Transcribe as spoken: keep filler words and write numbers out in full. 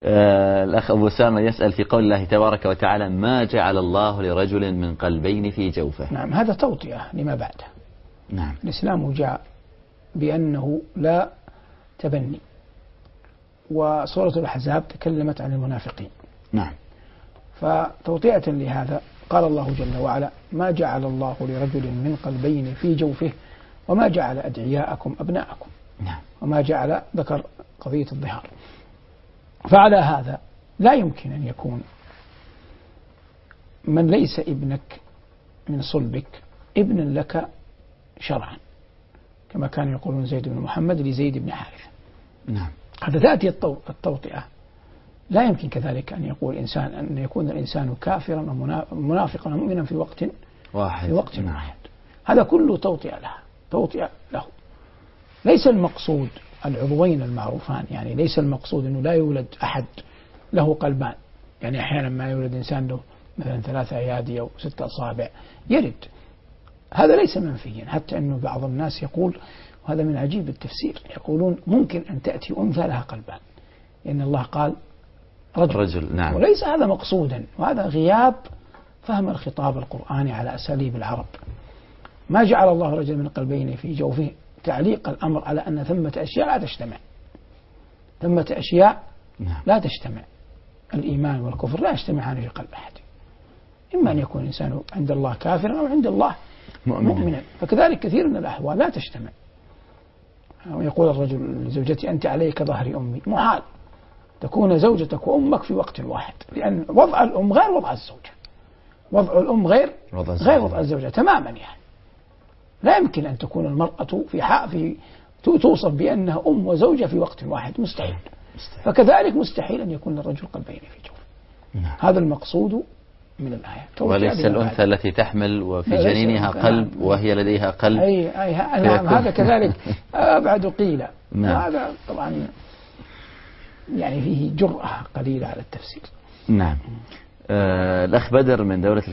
آه الأخ أبو أسامة يسأل في قول الله تبارك وتعالى ما جعل الله لرجل من قلبين في جوفه. نعم، هذا توطئة لما بعده. نعم. الإسلام جاء بأنه لا تبني، وسورة الأحزاب تكلمت عن المنافقين. نعم. فتوطئة لهذا قال الله جل وعلا ما جعل الله لرجل من قلبين في جوفه وما جعل أدعياءكم أبناءكم. نعم. وما جعل ذكر قضية الظهار. فعلى هذا لا يمكن أن يكون من ليس ابنك من صلبك ابن لك شرعا، كما كانوا يقولون زيد بن محمد لزيد بن حارثة. نعم. هذا تأتي التوطئة. لا يمكن كذلك أن يقول إنسان أن يكون الإنسان كافرا ومنافقا ومؤمنا في وقت واحد. في وقت نعم. واحد. هذا كله توطئة له توطئة له. ليس المقصود العضوين المعروفان، يعني ليس المقصود أنه لا يولد أحد له قلبان، يعني أحيانا ما يولد إنسان له مثلا ثلاثة أيادي أو ستة أصابع يرد، هذا ليس منفيا. حتى أنه بعض الناس يقول، وهذا من عجيب التفسير، يقولون ممكن أن تأتي أنثى لها قلبان، لأن الله قال رجل, رجل. نعم. وليس هذا مقصودا، وهذا غياب فهم الخطاب القرآني على أساليب العرب. ما جعل الله رجل من قلبين في جوفه تعليق الأمر على أن ثمة أشياء لا تجتمع، ثمة أشياء نعم. لا تجتمع. الإيمان والكفر لا يجتمعان في قلب أحد، إما أن يكون الإنسان عند الله كافرا أو عند الله مؤمنا, مؤمنا. فكذلك كثير من الأحوال لا تجتمع. ويقول الرجل لزوجتي أنت علي كظهر أمي، محال تكون زوجتك وأمك في وقت واحد، لأن وضع الأم غير وضع الزوجة، وضع الأم غير وضع غير وضع الزوجة تماما. يعني لا يمكن أن تكون المرأة في حق في توصف بأنها أم وزوجة في وقت واحد، مستحيل. مستحيل. فكذلك مستحيل أن يكون الرجل قلبين في جوف. نعم. هذا المقصود من الآية. وليس الأنثى التي تحمل وفي جنينها قلب وهي لديها قلب. أي أي نعم، هذا كذلك أبعد قيل. نعم. هذا طبعا يعني فيه جرأة قليلة على التفسير. نعم. آه الأخ بدر من دولة